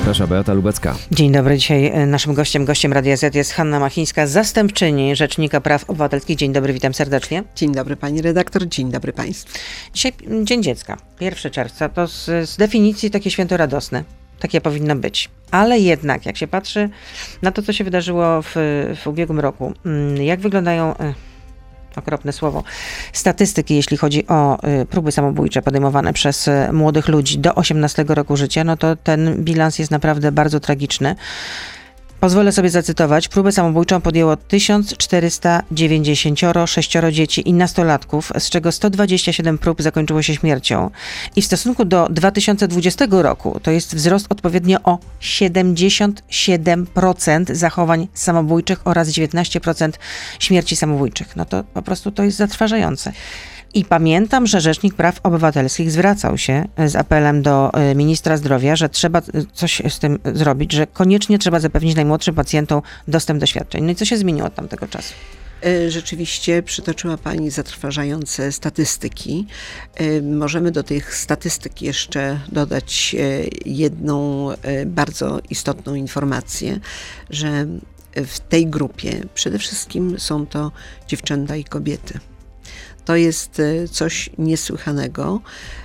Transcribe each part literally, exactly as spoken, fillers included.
Zaprasza Beata Lubecka. Dzień dobry. Dzisiaj naszym gościem, gościem Radia Z jest Hanna Machińska, zastępczyni Rzecznika Praw Obywatelskich. Dzień dobry, witam serdecznie. Dzień dobry pani redaktor, dzień dobry państwu. Dzisiaj Dzień Dziecka, pierwszego czerwca, to z, z definicji takie święto radosne. Takie powinno być. Ale jednak, jak się patrzy na to, co się wydarzyło w, w ubiegłym roku, jak wyglądają... okropne słowo, statystyki, jeśli chodzi o y, próby samobójcze podejmowane przez y, młodych ludzi do osiemnastego roku życia, no to ten bilans jest naprawdę bardzo tragiczny. Pozwolę sobie zacytować. Próbę samobójczą podjęło tysiąc czterysta dziewięćdziesiąt sześć dzieci i nastolatków, z czego sto dwadzieścia siedem prób zakończyło się śmiercią. I w stosunku do dwa tysiące dwudziestego roku to jest wzrost odpowiednio o siedemdziesiąt siedem procent zachowań samobójczych oraz dziewiętnaście procent śmierci samobójczych. No to po prostu to jest zatrważające. I pamiętam, że Rzecznik Praw Obywatelskich zwracał się z apelem do ministra zdrowia, że trzeba coś z tym zrobić, że koniecznie trzeba zapewnić najmłodszym pacjentom dostęp do świadczeń. No i co się zmieniło od tamtego czasu? Rzeczywiście przytoczyła pani zatrważające statystyki. Możemy do tych statystyk jeszcze dodać jedną bardzo istotną informację, że w tej grupie przede wszystkim są to dziewczęta i kobiety. To jest coś niesłychanego.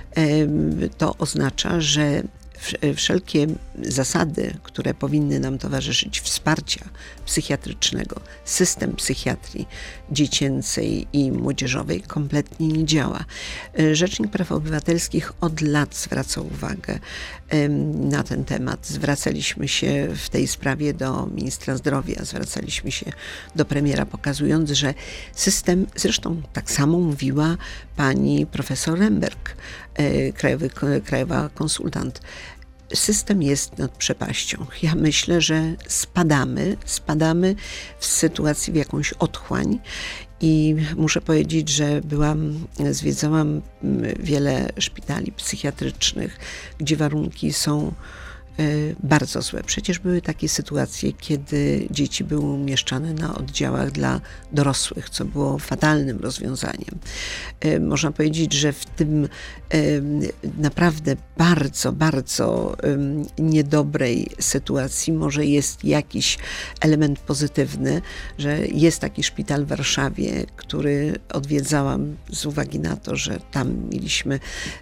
To oznacza, że wszelkie zasady, które powinny nam towarzyszyć, wsparcia psychiatrycznego, system psychiatrii dziecięcej i młodzieżowej kompletnie nie działa. Rzecznik Praw Obywatelskich od lat zwraca uwagę na ten temat. Zwracaliśmy się w tej sprawie do ministra zdrowia, zwracaliśmy się do premiera, pokazując, że system, zresztą tak samo mówiła pani profesor Remberg, krajowy, krajowa konsultant, system jest nad przepaścią. Ja myślę, że spadamy, spadamy w sytuacji w jakąś otchłań i muszę powiedzieć, że byłam, zwiedzałam wiele szpitali psychiatrycznych, gdzie warunki są bardzo złe. Przecież były takie sytuacje, kiedy dzieci były umieszczane na oddziałach dla dorosłych, co było fatalnym rozwiązaniem. Można powiedzieć, że w tym naprawdę bardzo, bardzo niedobrej sytuacji może jest jakiś element pozytywny, że jest taki szpital w Warszawie, który odwiedzałam z uwagi na to, że tam mieliśmy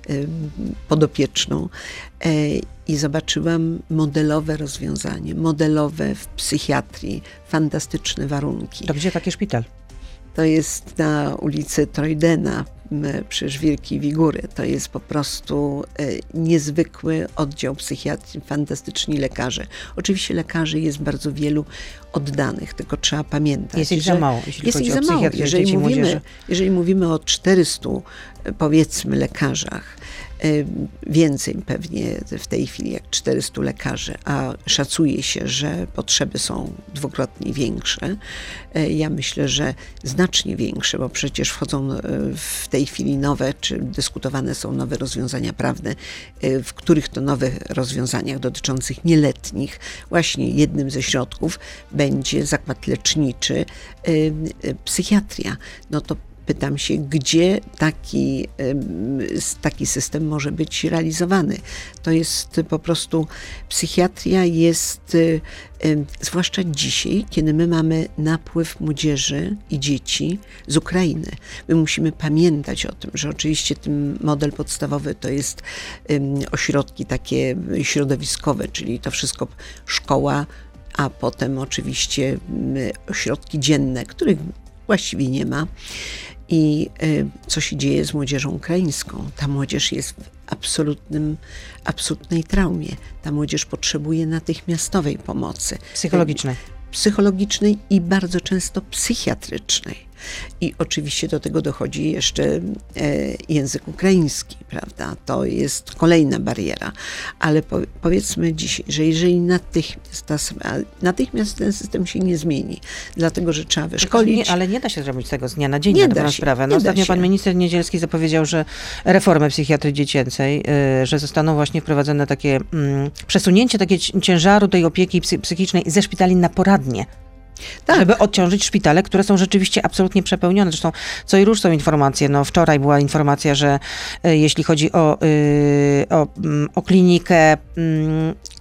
podopieczną i zobaczyłam modelowe rozwiązanie, modelowe w psychiatrii, fantastyczne warunki. To gdzie taki szpital? To jest na ulicy Trojdena przy Żwirki Wigury. To jest po prostu niezwykły oddział psychiatrii, fantastyczni lekarze. Oczywiście lekarzy jest bardzo wielu oddanych, tylko trzeba pamiętać. Jest ich za mało, jeśli jest chodzi ich o za mało. Jeżeli dzieci, mówimy, młodzieży. jeżeli mówimy o czterystu, powiedzmy, lekarzach, więcej pewnie w tej chwili jak czterystu lekarzy, a szacuje się, że potrzeby są dwukrotnie większe. Ja myślę, że znacznie większe, bo przecież wchodzą w tej chwili nowe, czy dyskutowane są nowe rozwiązania prawne, w których to nowych rozwiązaniach dotyczących nieletnich właśnie jednym ze środków będzie zakład leczniczy, psychiatria. No to pytam się, gdzie taki, taki system może być realizowany. To jest po prostu, psychiatria jest, zwłaszcza dzisiaj, kiedy my mamy napływ młodzieży i dzieci z Ukrainy. My musimy pamiętać o tym, że oczywiście ten model podstawowy to jest ośrodki takie środowiskowe, czyli to wszystko szkoła, a potem oczywiście ośrodki dzienne, których właściwie nie ma. I y, co się dzieje z młodzieżą ukraińską? Ta młodzież jest w absolutnym, absolutnej traumie. Ta młodzież potrzebuje natychmiastowej pomocy. Psychologicznej. Psychologicznej i bardzo często psychiatrycznej. I oczywiście do tego dochodzi jeszcze e, język ukraiński, prawda? To jest kolejna bariera. Ale po, powiedzmy dzisiaj, że jeżeli natychmiast, ta, natychmiast ten system się nie zmieni, dlatego, że trzeba wyszkolić... Nie, ale nie da się zrobić tego z dnia na dzień, nie na da dobrą się, sprawę. No, nie ostatnio da się. pan minister Niedzielski zapowiedział, że reformę psychiatrii dziecięcej, y, że zostaną właśnie wprowadzone takie mm, przesunięcie takie ciężaru tej opieki psy, psychicznej ze szpitali na poradnie. Tak. Żeby odciążyć szpitale, które są rzeczywiście absolutnie przepełnione. Zresztą co i róż są informacje. No, wczoraj była informacja, że y, jeśli chodzi o, y, o, y, o klinikę y,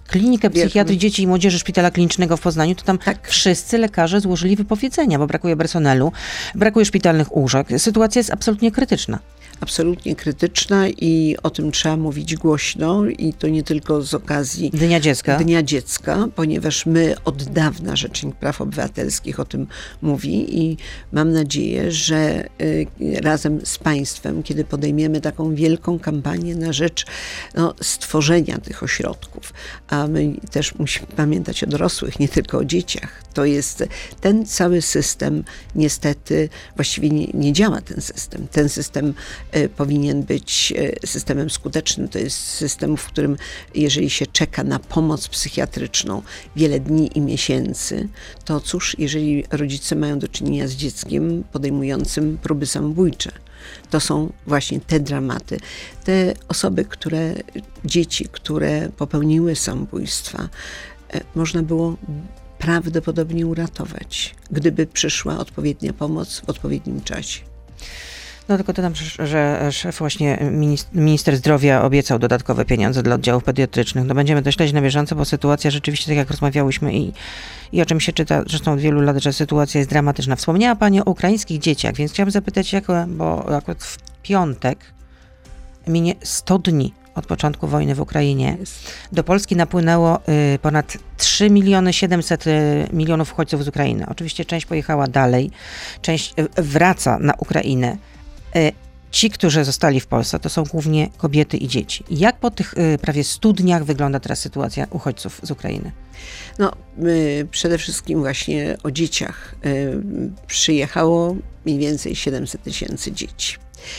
klinikę Wielką. psychiatrii dzieci i młodzieży Szpitala Klinicznego w Poznaniu, to tam Tak. wszyscy lekarze złożyli wypowiedzenia, bo brakuje personelu, brakuje szpitalnych łóżek. Sytuacja jest absolutnie krytyczna. Absolutnie krytyczna i o tym trzeba mówić głośno i to nie tylko z okazji Dnia Dziecka. Dnia Dziecka, ponieważ my od dawna Rzecznik Praw Obywatelskich o tym mówi i mam nadzieję, że y, razem z państwem, kiedy podejmiemy taką wielką kampanię na rzecz no, stworzenia tych ośrodków, a my też musimy pamiętać o dorosłych, nie tylko o dzieciach, to jest ten cały system, niestety właściwie nie, nie działa ten system. Ten system y, powinien być y, systemem skutecznym. To jest system, w którym jeżeli się czeka na pomoc psychiatryczną wiele dni i miesięcy, to cóż, jeżeli rodzice mają do czynienia z dzieckiem podejmującym próby samobójcze. To są właśnie te dramaty. Te osoby, które, dzieci, które popełniły samobójstwa, y, można było prawdopodobnie uratować, gdyby przyszła odpowiednia pomoc w odpowiednim czasie. No tylko dodam, że szef właśnie minister zdrowia obiecał dodatkowe pieniądze dla oddziałów pediatrycznych. No będziemy to śledzić na bieżąco, bo sytuacja rzeczywiście, tak jak rozmawiałyśmy i, i o czym się czyta zresztą od wielu lat, że sytuacja jest dramatyczna. Wspomniała Pani o ukraińskich dzieciach, więc chciałabym zapytać, jak, bo akurat w piątek minie sto dni od początku wojny w Ukrainie. Do Polski napłynęło y, ponad trzy miliony siedemset milionów uchodźców z Ukrainy. Oczywiście część pojechała dalej, część y, wraca na Ukrainę. Y, ci, którzy zostali w Polsce, to są głównie kobiety i dzieci. Jak po tych y, prawie stu dniach wygląda teraz sytuacja uchodźców z Ukrainy? No, y, przede wszystkim właśnie o dzieciach. Y, przyjechało mniej więcej siedemset tysięcy dzieci.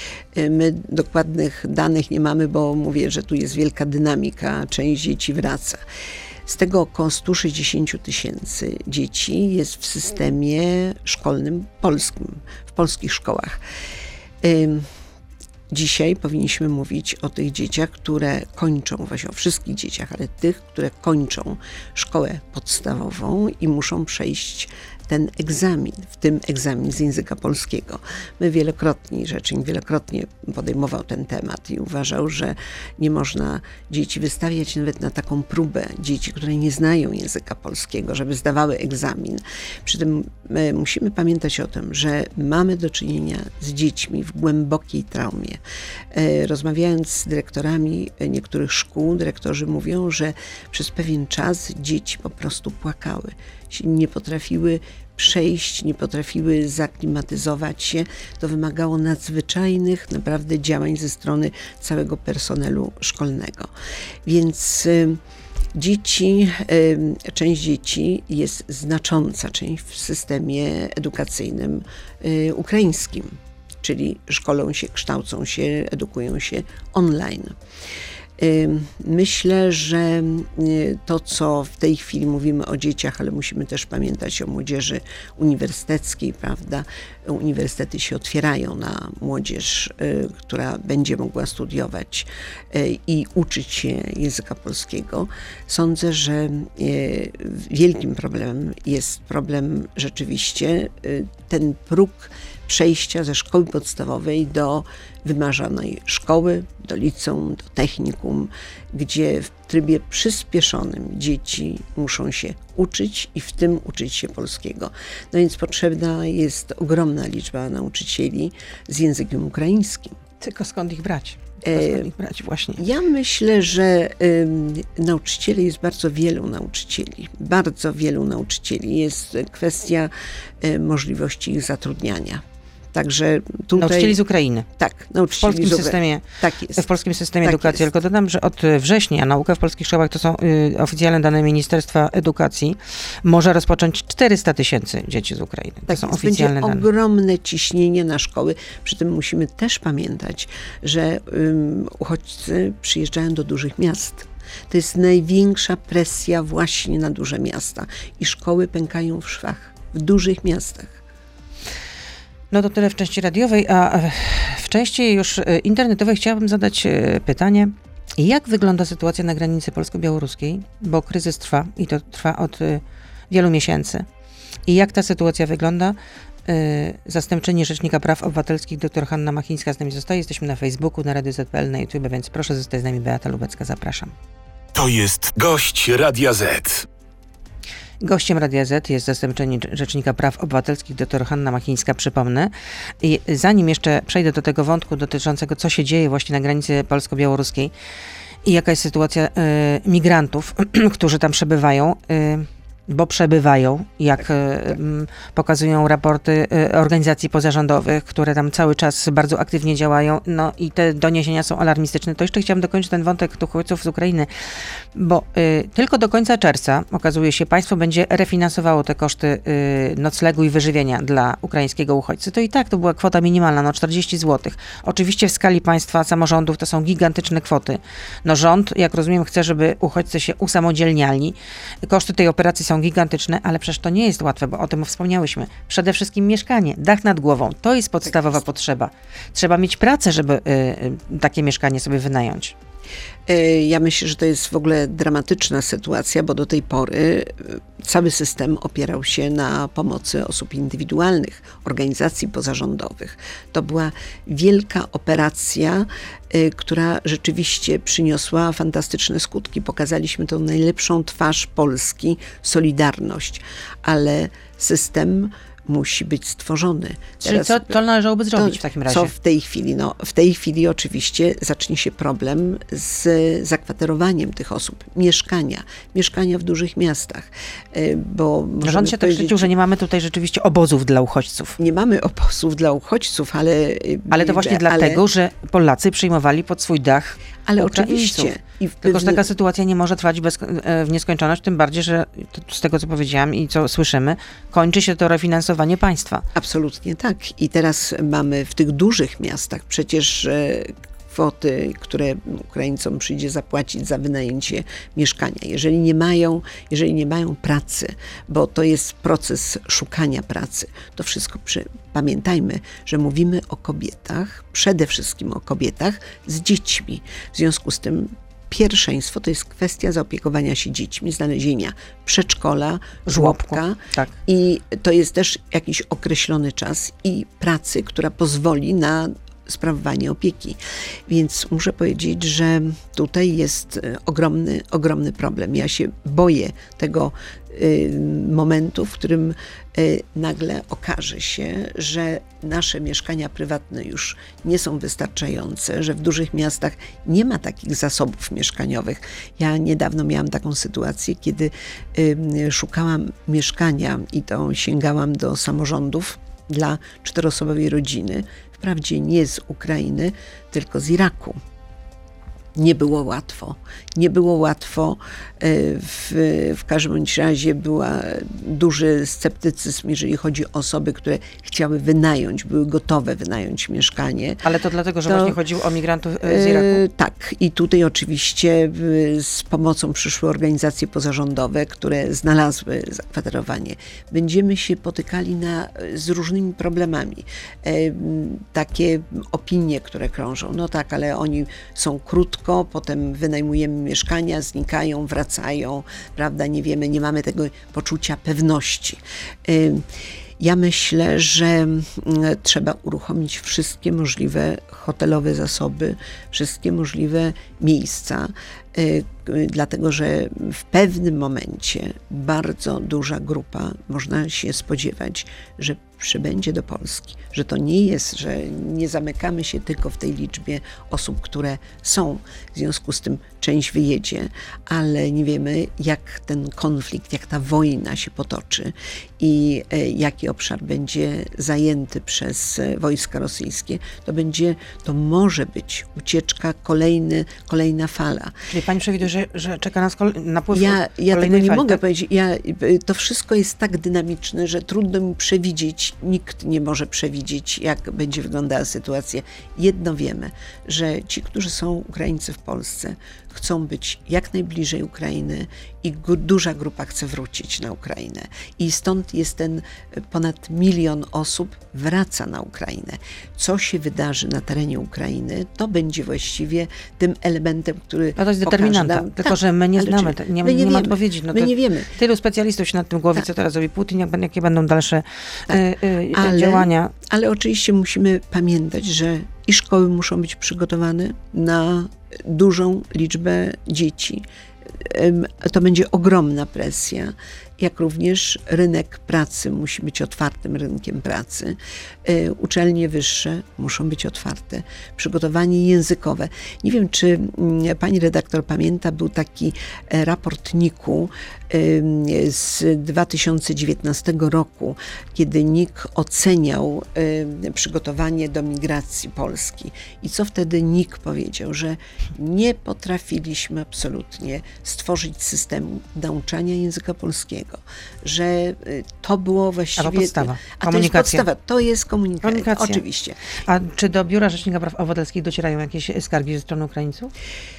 My dokładnych danych nie mamy, bo mówię, że tu jest wielka dynamika, część dzieci wraca. Z tego około sto sześćdziesiąt tysięcy dzieci jest w systemie szkolnym polskim, w polskich szkołach. Dzisiaj powinniśmy mówić o tych dzieciach, które kończą, właśnie o wszystkich dzieciach, ale tych, które kończą szkołę podstawową i muszą przejść ten egzamin, w tym egzamin z języka polskiego. My wielokrotnie, Rzecznik wielokrotnie podejmował ten temat i uważał, że nie można dzieci wystawiać nawet na taką próbę, dzieci, które nie znają języka polskiego, żeby zdawały egzamin. Przy tym my musimy pamiętać o tym, że mamy do czynienia z dziećmi w głębokiej traumie. Rozmawiając z dyrektorami niektórych szkół, dyrektorzy mówią, że przez pewien czas dzieci po prostu płakały, nie potrafiły przejść, nie potrafiły zaklimatyzować się. To wymagało nadzwyczajnych naprawdę działań ze strony całego personelu szkolnego. Więc y, dzieci, y, część dzieci jest znacząca, część w systemie edukacyjnym y, ukraińskim, czyli szkolą się, kształcą się, edukują się online. Myślę, że to, co w tej chwili mówimy o dzieciach, ale musimy też pamiętać o młodzieży uniwersyteckiej, prawda? Uniwersytety się otwierają na młodzież, która będzie mogła studiować i uczyć się języka polskiego. Sądzę, że wielkim problemem jest problem rzeczywiście ten próg przejścia ze szkoły podstawowej do wymarzonej szkoły, do liceum, do technikum, gdzie w trybie przyspieszonym dzieci muszą się uczyć i w tym uczyć się polskiego. No więc potrzebna jest ogromna liczba nauczycieli z językiem ukraińskim. Tylko skąd ich brać? Tylko skąd ich brać właśnie? Ja myślę, że y, nauczycieli jest bardzo wielu nauczycieli. Bardzo wielu nauczycieli. Jest kwestia y, możliwości ich zatrudniania. Także tutaj... Nauczycieli z Ukrainy. Tak, nauczycieli w polskim z Ukrainy. systemie, tak jest. w polskim systemie tak edukacji. Jest. Tylko dodam, że od września nauka w polskich szkołach, to są y, oficjalne dane Ministerstwa Edukacji, może rozpocząć czterysta tysięcy dzieci z Ukrainy. To tak są jest. oficjalne Będzie dane. ogromne ciśnienie na szkoły. Przy tym musimy też pamiętać, że um, uchodźcy przyjeżdżają do dużych miast. To jest największa presja właśnie na duże miasta. I szkoły pękają w szwach w dużych miastach. No to tyle w części radiowej, a w części już internetowej chciałabym zadać pytanie, jak wygląda sytuacja na granicy polsko-białoruskiej, bo kryzys trwa i to trwa od wielu miesięcy. I jak ta sytuacja wygląda? Zastępczyni Rzecznika Praw Obywatelskich dr Hanna Machińska z nami zostaje. Jesteśmy na Facebooku, na Radio Z P L, na YouTube, więc proszę zostać z nami. Beata Lubecka, zapraszam. To jest gość Radia Z. Gościem Radia Z jest zastępczyni Rzecznika Praw Obywatelskich dr Hanna Machińska, przypomnę. I zanim jeszcze przejdę do tego wątku dotyczącego, co się dzieje właśnie na granicy polsko-białoruskiej i jaka jest sytuacja y, migrantów, którzy tam przebywają, y, bo przebywają, jak y, y, pokazują raporty y, organizacji pozarządowych, które tam cały czas bardzo aktywnie działają, no i te doniesienia są alarmistyczne. To jeszcze chciałam dokończyć ten wątek uchodźców z Ukrainy, bo y, tylko do końca czerwca, okazuje się, państwo będzie refinansowało te koszty y, noclegu i wyżywienia dla ukraińskiego uchodźcy. To i tak to była kwota minimalna, no czterdzieści złotych. Oczywiście w skali państwa, samorządów to są gigantyczne kwoty. No rząd, jak rozumiem, chce, żeby uchodźcy się usamodzielniali. Koszty tej operacji są gigantyczne, ale przecież to nie jest łatwe, bo o tym wspomniałyśmy. Przede wszystkim mieszkanie, dach nad głową. To jest podstawowa tak jest. potrzeba. Trzeba mieć pracę, żeby y, y, takie mieszkanie sobie wynająć. Ja myślę, że to jest w ogóle dramatyczna sytuacja, bo do tej pory cały system opierał się na pomocy osób indywidualnych, organizacji pozarządowych. To była wielka operacja, która rzeczywiście przyniosła fantastyczne skutki. Pokazaliśmy tą najlepszą twarz Polski, solidarność, ale system musi być stworzony. Czyli Teraz, co to należałoby zrobić to, w takim razie? Co w tej chwili? No, w tej chwili oczywiście zacznie się problem z zakwaterowaniem tych osób. Mieszkania. Mieszkania w dużych miastach. Bo rząd się tak szczycił, że nie mamy tutaj rzeczywiście obozów dla uchodźców. Nie mamy obozów dla uchodźców, ale... Ale to właśnie ale, dlatego, że Polacy przyjmowali pod swój dach Ale oczywiście. I w Tylko, że taka sytuacja nie może trwać bez, w nieskończoność, tym bardziej, że to, z tego, co powiedziałam i co słyszymy, kończy się to refinansowanie państwa. Absolutnie tak. I teraz mamy w tych dużych miastach przecież e, kwoty, które Ukraińcom przyjdzie zapłacić za wynajęcie mieszkania. Jeżeli nie mają, jeżeli nie mają pracy, bo to jest proces szukania pracy, to wszystko przy... Pamiętajmy, że mówimy o kobietach, przede wszystkim o kobietach z dziećmi. W związku z tym pierwszeństwo to jest kwestia zaopiekowania się dziećmi, znalezienia przedszkola, żłobka tak. I to jest też jakiś określony czas i pracy, która pozwoli na sprawowanie opieki. Więc muszę powiedzieć, że tutaj jest ogromny, ogromny problem. Ja się boję tego y, momentu, w którym y, nagle okaże się, że nasze mieszkania prywatne już nie są wystarczające, że w dużych miastach nie ma takich zasobów mieszkaniowych. Ja niedawno miałam taką sytuację, kiedy y, szukałam mieszkania i to sięgałam do samorządów dla czteroosobowej rodziny. Wprawdzie nie z Ukrainy, tylko z Iraku. Nie było łatwo. Nie było łatwo. W, w każdym bądź razie był duży sceptycyzm, jeżeli chodzi o osoby, które chciały wynająć, były gotowe wynająć mieszkanie. Ale to dlatego, że to, właśnie chodziło o migrantów z Iraku? E, tak. I tutaj oczywiście z pomocą przyszły organizacje pozarządowe, które znalazły zakwaterowanie. Będziemy się potykali na, z różnymi problemami. E, takie opinie, które krążą. No tak, ale oni są krótko, potem wynajmujemy mieszkania, znikają, wracają, prawda, nie wiemy, nie mamy tego poczucia pewności. Ja myślę, że trzeba uruchomić wszystkie możliwe hotelowe zasoby, wszystkie możliwe miejsca, dlatego że w pewnym momencie bardzo duża grupa, można się spodziewać, że przybędzie do Polski, że to nie jest, że nie zamykamy się tylko w tej liczbie osób, które są. W związku z tym część wyjedzie, ale nie wiemy, jak ten konflikt, jak ta wojna się potoczy i jaki obszar będzie zajęty przez wojska rosyjskie. To będzie, to może być ucieczka, kolejny, kolejna fala. Czyli pani przewiduje, że, że czeka nas kol- napływ Ja, ja tego nie fali, mogę tak? powiedzieć. Ja, to wszystko jest tak dynamiczne, że trudno mi przewidzieć, nikt nie może przewidzieć, jak będzie wyglądała sytuacja. Jedno wiemy, że ci, którzy są Ukraińcy w Polsce, chcą być jak najbliżej Ukrainy i g- duża grupa chce wrócić na Ukrainę. I stąd jest ten ponad milion osób wraca na Ukrainę. Co się wydarzy na terenie Ukrainy, to będzie właściwie tym elementem, który No to jest pokaże determinanta, nam, tylko tak, że my nie ale znamy, czy, te, nie, my nie nie ma wiemy, odpowiedzi. No my to nie wiemy. Tylu specjalistów się nad tym głowi, Tak. co teraz robi Putin, jak, jakie będą dalsze Tak. y, y, Ale- działania. Ale oczywiście musimy pamiętać, że i szkoły muszą być przygotowane na dużą liczbę dzieci. to będzie ogromna presja, jak również rynek pracy musi być otwartym rynkiem pracy. Uczelnie wyższe muszą być otwarte. Przygotowanie językowe. Nie wiem, czy pani redaktor pamięta, był taki raport N I K-u z dwa tysiące dziewiętnastego roku, kiedy N I K oceniał przygotowanie do migracji Polski. I co wtedy N I K powiedział? Że nie potrafiliśmy absolutnie stworzyć systemu nauczania języka polskiego. Że to było właściwie... A podstawa. A to jest podstawa. To jest komunikacja. Komunikacja. Oczywiście. A czy do Biura Rzecznika Praw Obywatelskich docierają jakieś skargi ze strony Ukraińców?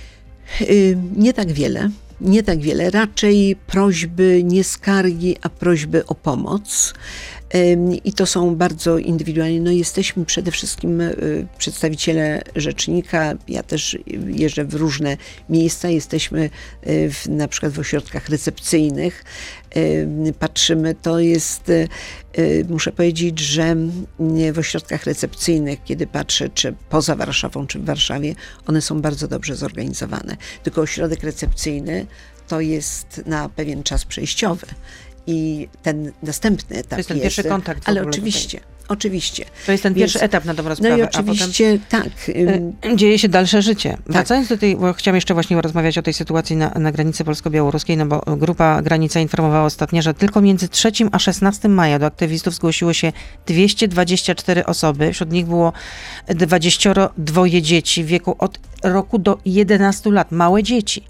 Nie tak wiele. Nie tak wiele. Raczej prośby, nie skargi, a prośby o pomoc. I to są bardzo indywidualnie. No jesteśmy przede wszystkim przedstawiciele rzecznika. Ja też jeżdżę w różne miejsca. Jesteśmy w, na przykład w ośrodkach recepcyjnych. Patrzymy, to jest, muszę powiedzieć, że w ośrodkach recepcyjnych, kiedy patrzę, czy poza Warszawą, czy w Warszawie, one są bardzo dobrze zorganizowane. Tylko ośrodek recepcyjny to jest na pewien czas przejściowy. I ten następny etap to jest ten jest, pierwszy kontakt. Ale oczywiście, tutaj. oczywiście. To jest ten Więc, pierwszy etap na dobrą sprawę. No i oczywiście, a potem, tak. Y, dzieje się dalsze życie. Tak. Wracając do tej, bo chciałam jeszcze właśnie rozmawiać o tej sytuacji na, na granicy polsko-białoruskiej, no bo grupa Granica informowała ostatnio, że tylko między trzecim a szesnastym maja do aktywistów zgłosiło się dwieście dwadzieścia cztery osoby. Wśród nich było dwadzieścia dwa dzieci w wieku od roku do jedenastu lat. Małe dzieci.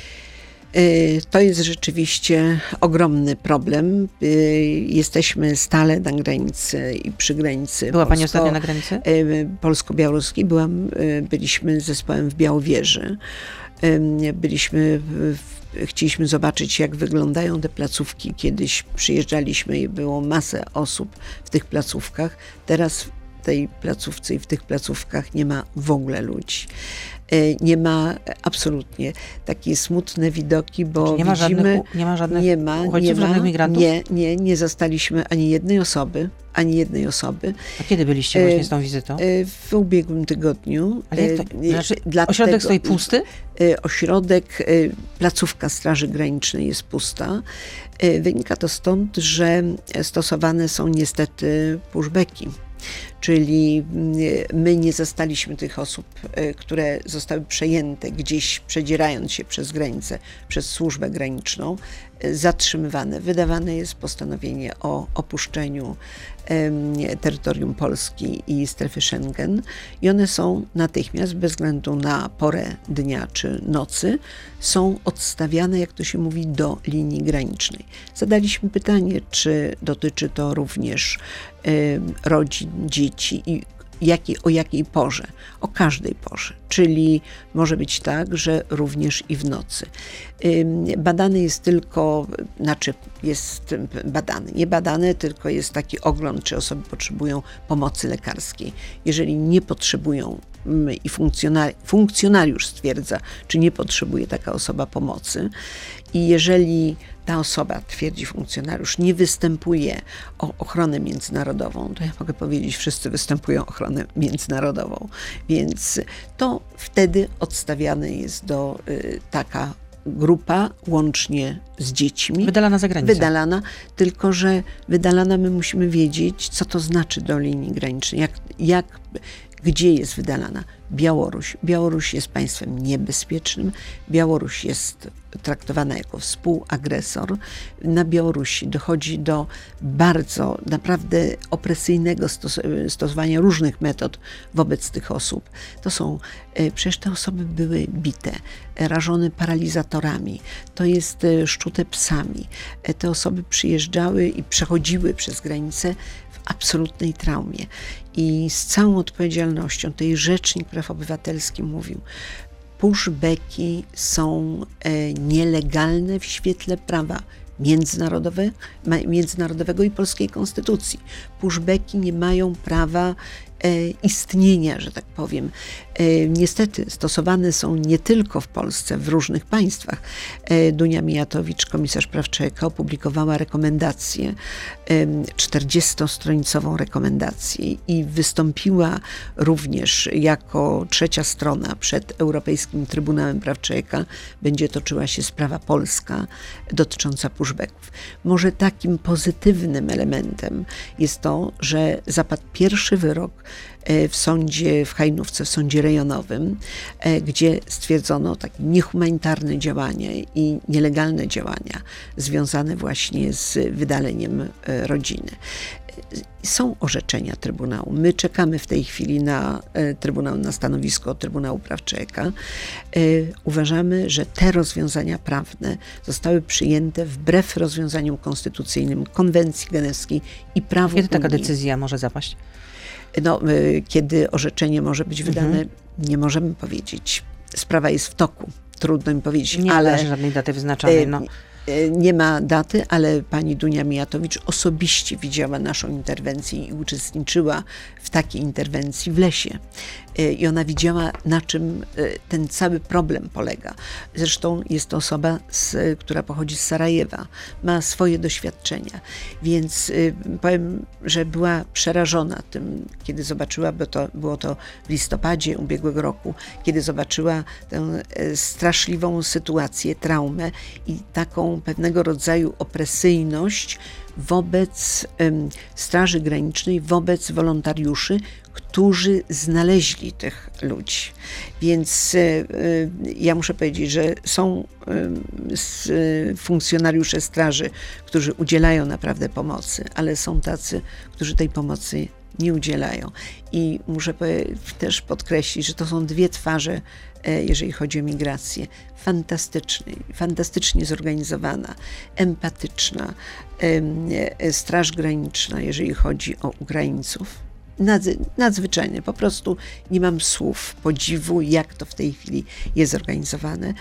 To jest rzeczywiście ogromny problem. Jesteśmy stale na granicy i przy granicy. Była pani polsko- ostatnio na granicy? Polsko-białoruskiej. Byłam, byliśmy z zespołem w Białowieży. Byliśmy, w, chcieliśmy zobaczyć, jak wyglądają te placówki. Kiedyś przyjeżdżaliśmy i było masę osób w tych placówkach. Teraz w tej placówce i w tych placówkach nie ma w ogóle ludzi. Nie ma absolutnie takie smutne widoki, bo nie ma widzimy... Żadnych, nie ma żadnych nie ma, uchodźców, nie ma, żadnych migrantów? Nie, nie, nie zastaliśmy ani jednej osoby, ani jednej osoby. A kiedy byliście właśnie z tą wizytą? W ubiegłym tygodniu. Ale jak to, znaczy, Dlatego, ośrodek stoi pusty? Ośrodek, placówka Straży Granicznej jest pusta. Wynika to stąd, że stosowane są niestety pushbacki. Czyli my nie zastaliśmy tych osób, które zostały przejęte gdzieś, przedzierając się przez granicę, przez służbę graniczną, zatrzymywane. Wydawane jest postanowienie o opuszczeniu terytorium Polski i strefy Schengen i one są natychmiast, bez względu na porę dnia czy nocy, są odstawiane, jak to się mówi, do linii granicznej. Zadaliśmy pytanie, czy dotyczy to również rodzin, dzieci i Jakiej, o jakiej porze? O każdej porze, czyli może być tak, że również i w nocy. Badany jest tylko, znaczy jest badany, nie badany, tylko jest taki ogląd, czy osoby potrzebują pomocy lekarskiej. Jeżeli nie potrzebują i funkcjonariusz, funkcjonariusz stwierdza, czy nie potrzebuje taka osoba pomocy i jeżeli ta osoba, twierdzi funkcjonariusz, nie występuje o ochronę międzynarodową, to ja mogę powiedzieć, wszyscy występują o ochronę międzynarodową, więc to wtedy odstawiane jest do y, taka grupa, łącznie z dziećmi. Wydalana za granicę. Wydalana, tylko że wydalana my musimy wiedzieć, co to znaczy do linii granicznej, jak, jak gdzie jest wydalana. Białoruś. Białoruś jest państwem niebezpiecznym. Białoruś jest traktowana jako współagresor. Na Białorusi dochodzi do bardzo, naprawdę opresyjnego stos- stosowania różnych metod wobec tych osób. To są, przecież te osoby były bite, rażone paralizatorami. To jest szczute psami. Te osoby przyjeżdżały i przechodziły przez granicę w absolutnej traumie. I z całą odpowiedzialnością, tej Rzecznik Praw Obywatelskich mówił, pushbacki są e, nielegalne w świetle prawa międzynarodowe, ma, międzynarodowego i polskiej konstytucji. Pushbacki nie mają prawa istnienia, że tak powiem, niestety stosowane są nie tylko w Polsce, w różnych państwach. Dunia Mijatowicz, komisarz praw człowieka, opublikowała rekomendację, czterdziestostronicową rekomendację i wystąpiła również jako trzecia strona przed Europejskim Trybunałem Praw Człowieka. Będzie toczyła się sprawa polska dotycząca pushbacków. Może takim pozytywnym elementem jest to, że zapadł pierwszy wyrok w sądzie w Hajnówce, w sądzie rejonowym, gdzie stwierdzono takie niehumanitarne działanie i nielegalne działania związane właśnie z wydaleniem rodziny. Są orzeczenia Trybunału. My czekamy w tej chwili na Trybunał, na stanowisko Trybunału Praw Człowieka. Uważamy, że te rozwiązania prawne zostały przyjęte wbrew rozwiązaniom konstytucyjnym Konwencji Genewskiej i prawu Kiedy taka Unii. decyzja może zapaść? No, kiedy orzeczenie może być wydane, mhm. nie możemy powiedzieć. Sprawa jest w toku. Trudno mi powiedzieć, nie ale... Nie ma żadnej daty wyznaczonej. No. Nie ma daty, ale pani Dunia Mijatowicz osobiście widziała naszą interwencję i uczestniczyła w takiej interwencji w lesie. I ona widziała, na czym ten cały problem polega. Zresztą jest to osoba, z, która pochodzi z Sarajewa, ma swoje doświadczenia, więc powiem, że była przerażona tym, kiedy zobaczyła, bo to, było to w listopadzie ubiegłego roku, kiedy zobaczyła tę straszliwą sytuację, traumę i taką pewnego rodzaju opresyjność wobec um, Straży Granicznej, wobec wolontariuszy, którzy znaleźli tych ludzi. Więc y, y, ja muszę powiedzieć, że są y, s, y, funkcjonariusze straży, którzy udzielają naprawdę pomocy, ale są tacy, którzy tej pomocy nie udzielają. I muszę też podkreślić, że to są dwie twarze, jeżeli chodzi o migrację. Fantastyczny, fantastycznie zorganizowana, empatyczna Straż Graniczna, jeżeli chodzi o Ukraińców. Nadzwyczajnie, po prostu nie mam słów podziwu, jak to w tej chwili jest zorganizowane.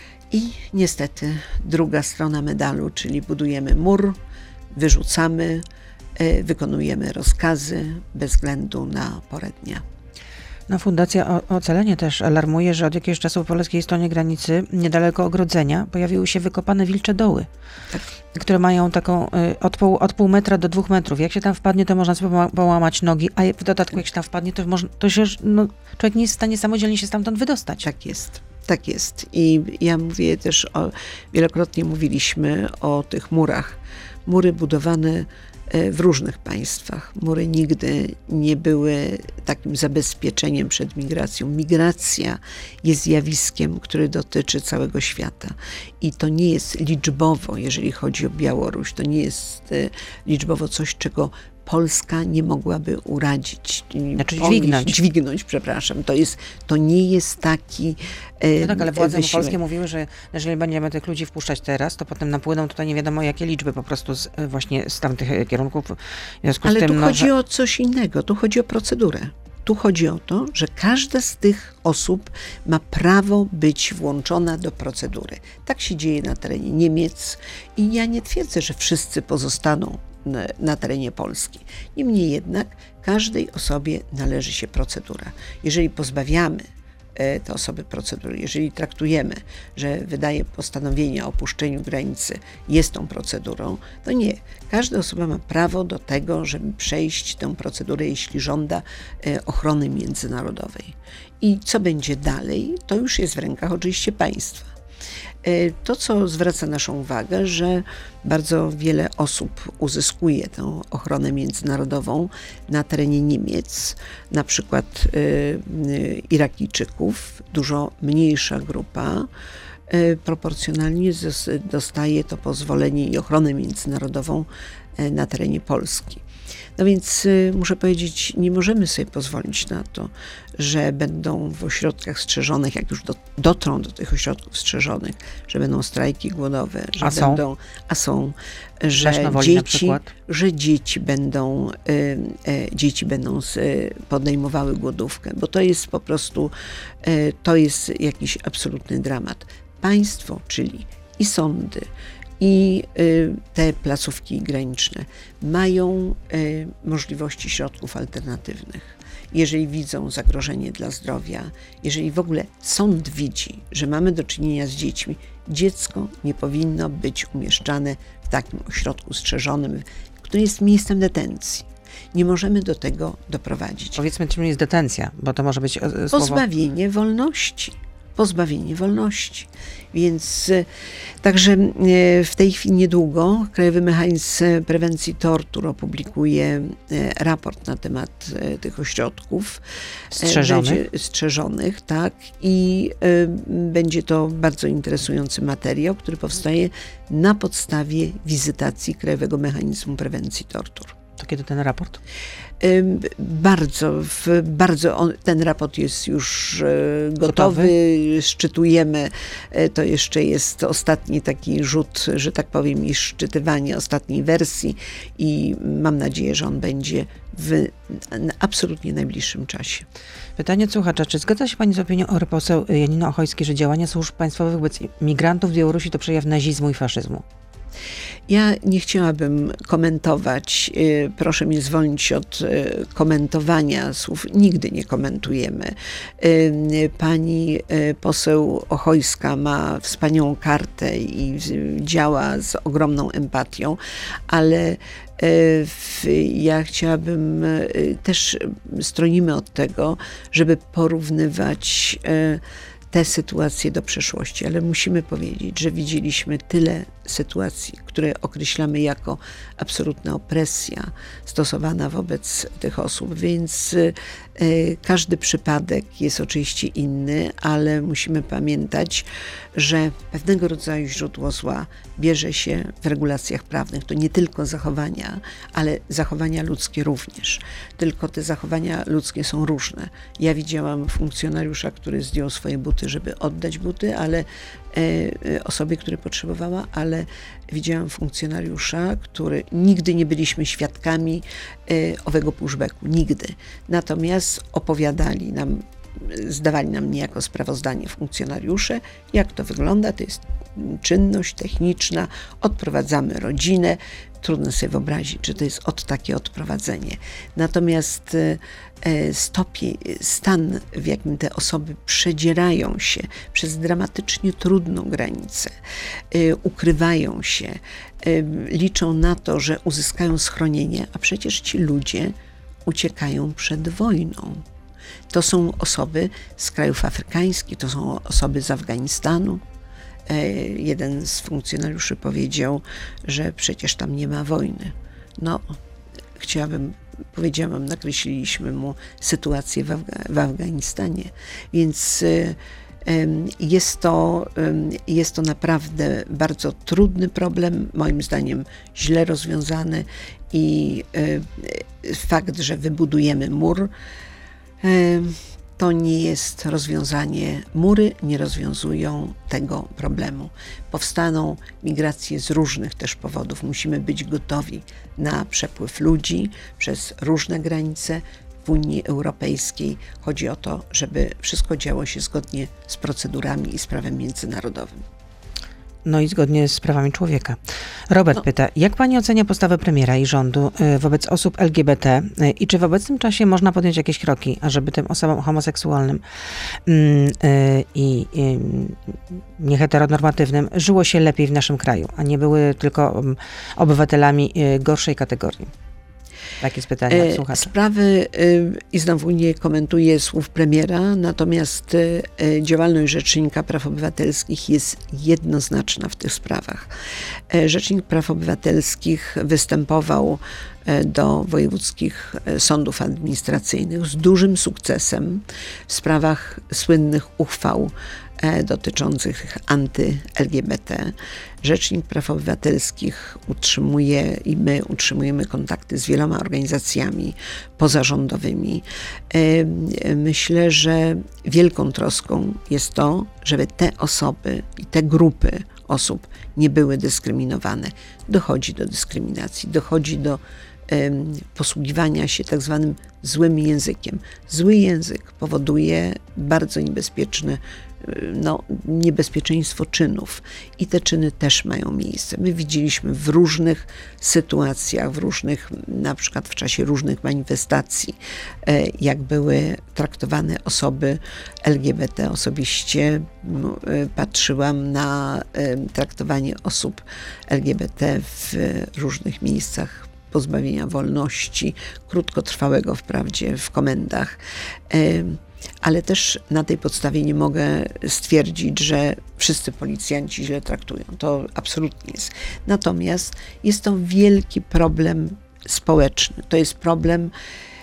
I niestety druga strona medalu, czyli budujemy mur, wyrzucamy, wykonujemy rozkazy bez względu na porę dnia. No, Fundacja Ocalenie też alarmuje, że od jakiegoś czasu po polskiej stronie granicy, niedaleko ogrodzenia, pojawiły się wykopane wilcze doły, tak. które mają taką od pół, od pół metra do dwóch metrów. Jak się tam wpadnie, to można sobie połamać nogi, a w dodatku jak się tam wpadnie, to, można, to się, no, człowiek nie jest w stanie samodzielnie się stamtąd wydostać. Tak jest. Tak jest. I ja mówię też, o, wielokrotnie mówiliśmy o tych murach. Mury budowane w różnych państwach. Mury nigdy nie były takim zabezpieczeniem przed migracją. Migracja jest zjawiskiem, które dotyczy całego świata. I to nie jest liczbowo, jeżeli chodzi o Białoruś, to nie jest liczbowo coś, czego Polska nie mogłaby uradzić. Znaczy dźwignąć. Dźwignąć, przepraszam. To, jest, to nie jest taki No tak, ale władze wysiłek. polskie mówiły, że jeżeli będziemy tych ludzi wpuszczać teraz, to potem napłyną tutaj nie wiadomo jakie liczby po prostu z, właśnie z tamtych kierunków. W związku ale z tym, tu no, chodzi że... o coś innego. Tu chodzi o procedurę. Tu chodzi o to, że każda z tych osób ma prawo być włączona do procedury. Tak się dzieje na terenie Niemiec i ja nie twierdzę, że wszyscy pozostaną na, na terenie Polski. Niemniej jednak każdej osobie należy się procedura. Jeżeli pozbawiamy te osoby procedury, jeżeli traktujemy, że wydaje postanowienie o opuszczeniu granicy jest tą procedurą, to nie. Każda osoba ma prawo do tego, żeby przejść tę procedurę, jeśli żąda ochrony międzynarodowej. I co będzie dalej, to już jest w rękach oczywiście państwa. To, co zwraca naszą uwagę, że bardzo wiele osób uzyskuje tę ochronę międzynarodową na terenie Niemiec, na przykład Irakijczyków, dużo mniejsza grupa, proporcjonalnie dostaje to pozwolenie i ochronę międzynarodową na terenie Polski. No więc y, muszę powiedzieć, nie możemy sobie pozwolić na to, że będą w ośrodkach strzeżonych, jak już do, dotrą do tych ośrodków strzeżonych, że będą strajki głodowe, że a będą, są? a są, że dzieci, że dzieci będą, y, y, dzieci będą z, y, podejmowały głodówkę, bo to jest po prostu, y, to jest jakiś absolutny dramat. Państwo, czyli i sądy, i te placówki graniczne mają możliwości środków alternatywnych. Jeżeli widzą zagrożenie dla zdrowia, jeżeli w ogóle sąd widzi, że mamy do czynienia z dziećmi, dziecko nie powinno być umieszczane w takim ośrodku strzeżonym, który jest miejscem detencji. Nie możemy do tego doprowadzić. Powiedzmy, czym jest detencja, bo to może być e, słowo... Pozbawienie wolności. Pozbawienie wolności. Więc także w tej chwili niedługo Krajowy Mechanizm Prewencji Tortur opublikuje raport na temat tych ośrodków strzeżonych, będzie, strzeżonych tak, i będzie to bardzo interesujący materiał, który powstaje na podstawie wizytacji Krajowego Mechanizmu Prewencji Tortur. To kiedy ten raport? Bardzo, w, bardzo on, ten raport jest już gotowy, gotowy, szczytujemy, to jeszcze jest ostatni taki rzut, że tak powiem, i szczytywanie ostatniej wersji i mam nadzieję, że on będzie w absolutnie najbliższym czasie. Pytanie od słuchacza. Czy zgadza się pani z opinią europoseł Janiny Ochojskiej, że działania służb państwowych wobec migrantów w Białorusi to przejaw nazizmu i faszyzmu? Ja nie chciałabym komentować, proszę mnie zwolnić od komentowania słów, nigdy nie komentujemy. Pani poseł Ochojska ma wspaniałą kartę i działa z ogromną empatią, ale ja chciałabym, też stronimy od tego, żeby porównywać te sytuacje do przeszłości, ale musimy powiedzieć, że widzieliśmy tyle sytuacji, które określamy jako absolutna opresja stosowana wobec tych osób, więc y, każdy przypadek jest oczywiście inny, ale musimy pamiętać, że pewnego rodzaju źródło zła bierze się w regulacjach prawnych. To nie tylko zachowania, ale zachowania ludzkie również. Tylko te zachowania ludzkie są różne. Ja widziałam funkcjonariusza, który zdjął swoje buty, żeby oddać buty, ale e, osobie, która potrzebowała, ale widziałam funkcjonariusza, który nigdy nie byliśmy świadkami e, owego pushbacku. Nigdy. Natomiast opowiadali nam, zdawali nam niejako sprawozdanie funkcjonariusze, jak to wygląda. To jest czynność techniczna, odprowadzamy rodzinę. Trudno sobie wyobrazić, czy to jest od takie odprowadzenie. Natomiast stopień, stan, w jakim te osoby przedzierają się przez dramatycznie trudną granicę, ukrywają się, liczą na to, że uzyskają schronienie, a przecież ci ludzie uciekają przed wojną. To są osoby z krajów afrykańskich, to są osoby z Afganistanu. Jeden z funkcjonariuszy powiedział, że przecież tam nie ma wojny. No, chciałabym, powiedziałam, nakreśliliśmy mu sytuację w, Afga- w Afganistanie, więc jest to, jest to naprawdę bardzo trudny problem, moim zdaniem źle rozwiązany i fakt, że wybudujemy mur, to nie jest rozwiązanie. Mury nie rozwiązują tego problemu. Powstaną migracje z różnych też powodów. Musimy być gotowi na przepływ ludzi przez różne granice w Unii Europejskiej. Chodzi o to, żeby wszystko działo się zgodnie z procedurami i z prawem międzynarodowym. No i zgodnie z prawami człowieka. Robert no. pyta, jak pani ocenia postawę premiera i rządu wobec osób L G B T i czy w obecnym czasie można podjąć jakieś kroki, ażeby tym osobom homoseksualnym i nieheteronormatywnym żyło się lepiej w naszym kraju, a nie były tylko obywatelami gorszej kategorii? Takie jest pytanie od słuchacza. Sprawy, i znowu nie komentuję słów premiera, natomiast działalność Rzecznika Praw Obywatelskich jest jednoznaczna w tych sprawach. Rzecznik Praw Obywatelskich występował do wojewódzkich sądów administracyjnych z dużym sukcesem w sprawach słynnych uchwał dotyczących anty-L G B T. Rzecznik Praw Obywatelskich utrzymuje i my utrzymujemy kontakty z wieloma organizacjami pozarządowymi. Myślę, że wielką troską jest to, żeby te osoby i te grupy osób nie były dyskryminowane. Dochodzi do dyskryminacji, dochodzi do posługiwania się tak zwanym złym językiem. Zły język powoduje bardzo niebezpieczne no, niebezpieczeństwo czynów. I te czyny też mają miejsce. My widzieliśmy w różnych sytuacjach, w różnych, na przykład w czasie różnych manifestacji, jak były traktowane osoby L G B T. Osobiście patrzyłam na traktowanie osób L G B T w różnych miejscach pozbawienia wolności, krótkotrwałego wprawdzie w komendach. Ale też na tej podstawie nie mogę stwierdzić, że wszyscy policjanci źle traktują. To absolutnie jest. Natomiast jest to wielki problem społeczny. To jest problem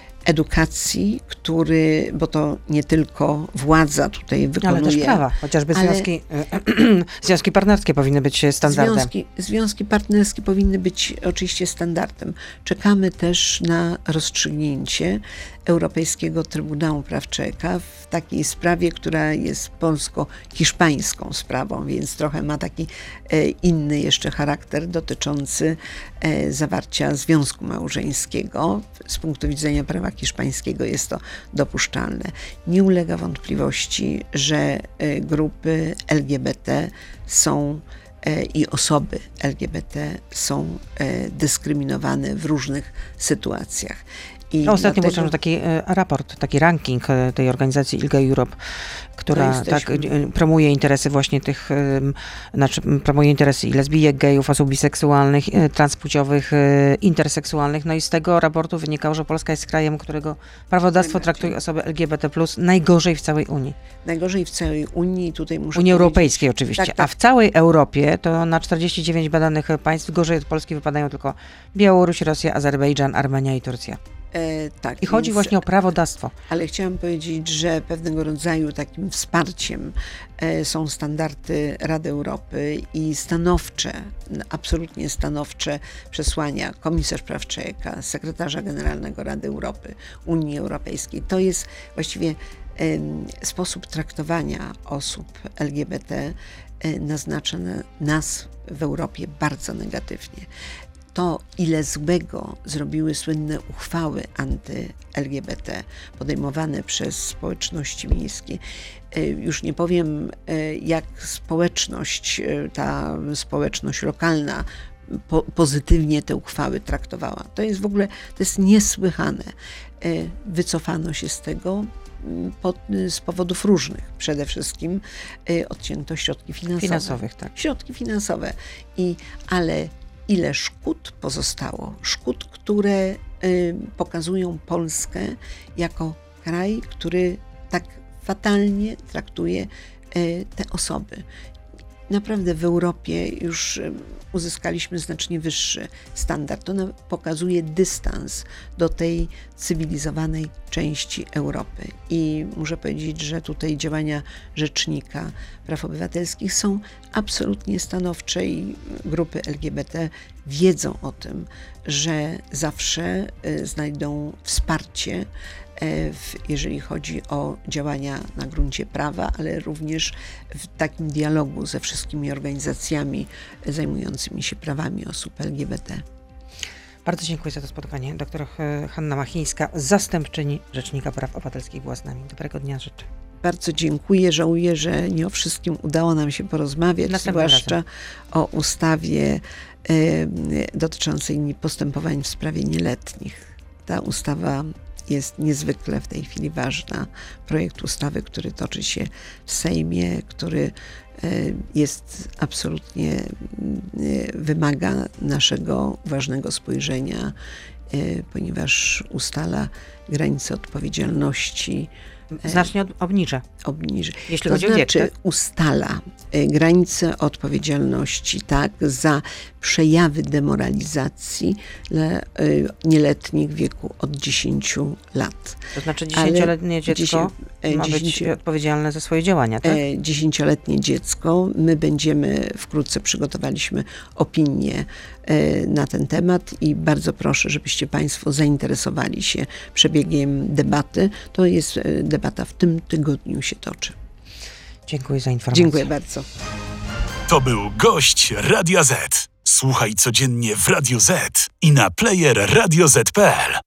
edukacji, który, bo to nie tylko władza tutaj wykonuje. Ale też prawa, chociażby ale związki, związki partnerskie powinny być standardem. Związki, związki partnerskie powinny być oczywiście standardem. Czekamy też na rozstrzygnięcie Europejskiego Trybunału Praw Człowieka w takiej sprawie, która jest polsko-hiszpańską sprawą, więc trochę ma taki e, inny jeszcze charakter dotyczący e, zawarcia związku małżeńskiego. Z punktu widzenia prawa hiszpańskiego jest to dopuszczalne. Nie ulega wątpliwości, że e, grupy L G B T są e, i osoby L G B T są e, dyskryminowane w różnych sytuacjach. I no, ostatnio dlatego... był taki e, raport, taki ranking e, tej organizacji I L G A Europe, która No tak e, promuje interesy właśnie tych, e, znaczy promuje interesy i lesbijek, gejów, osób biseksualnych, e, transpłciowych, e, interseksualnych. No i z tego raportu wynikało, że Polska jest krajem, którego prawodawstwo traktuje osoby L G B T plus najgorzej w całej Unii. Najgorzej w całej Unii. Tutaj muszę Unii powiedzieć... Europejskiej oczywiście. Tak, tak. A w całej Europie to na czterdzieści dziewięć badanych państw gorzej od Polski wypadają tylko Białoruś, Rosja, Azerbejdżan, Armenia i Turcja. E, tak, I chodzi więc, właśnie o prawodawstwo. Ale chciałam powiedzieć, że pewnego rodzaju takim wsparciem e, są standardy Rady Europy i stanowcze, absolutnie stanowcze przesłania komisarz praw człowieka, sekretarza generalnego Rady Europy, Unii Europejskiej. To jest właściwie e, sposób traktowania osób L G B T e, naznacza nas w Europie bardzo negatywnie. To, ile złego zrobiły słynne uchwały anty-L G B T podejmowane przez społeczności miejskie. Już nie powiem, jak społeczność, ta społeczność lokalna po, pozytywnie te uchwały traktowała. To jest w ogóle, to jest niesłychane. Wycofano się z tego po, z powodów różnych. Przede wszystkim odcięto środki finansowe. Finansowych, tak. Środki finansowe. I, ale ile szkód pozostało? Szkód, które y, pokazują Polskę jako kraj, który tak fatalnie traktuje y, te osoby. Naprawdę w Europie już y, uzyskaliśmy znacznie wyższy standard. Ona pokazuje dystans do tej cywilizowanej części Europy. I muszę powiedzieć, że tutaj działania Rzecznika Praw Obywatelskich są absolutnie stanowcze i grupy L G B T wiedzą o tym, że zawsze znajdą wsparcie, jeżeli chodzi o działania na gruncie prawa, ale również w takim dialogu ze wszystkimi organizacjami zajmującymi się prawami osób L G B T. Bardzo dziękuję za to spotkanie. Doktor Hanna Machińska, zastępczyni Rzecznika Praw Obywatelskich, była z nami. Dobrego dnia życzę. Bardzo dziękuję. Żałuję, że nie o wszystkim udało nam się porozmawiać, Następnym zwłaszcza razem. o ustawie y, dotyczącej postępowań w sprawie nieletnich. Ta ustawa jest niezwykle w tej chwili ważna. Projekt ustawy, który toczy się w Sejmie, który jest absolutnie, wymaga naszego uważnego spojrzenia, ponieważ ustala granice odpowiedzialności. Znacznie obniża. Obniży. Jeśli to chodzi o wiek, znaczy tak? ustala granice odpowiedzialności, tak, za przejawy demoralizacji dla y, nieletnich w wieku od dziesięciu lat. To znaczy dziesięcioletnie dziecko dziesię- ma być dziesięcio- odpowiedzialne za swoje działania, tak? e, Dziesięcioletnie dziecko. My będziemy, wkrótce przygotowaliśmy opinię e, na ten temat i bardzo proszę, żebyście Państwo zainteresowali się przebiegiem debaty. To jest e, debata w tym tygodniu się toczy. Dziękuję za informację. Dziękuję bardzo. To był gość Radia Z. Słuchaj codziennie w Radio Z i na player radio zet kropka pe el.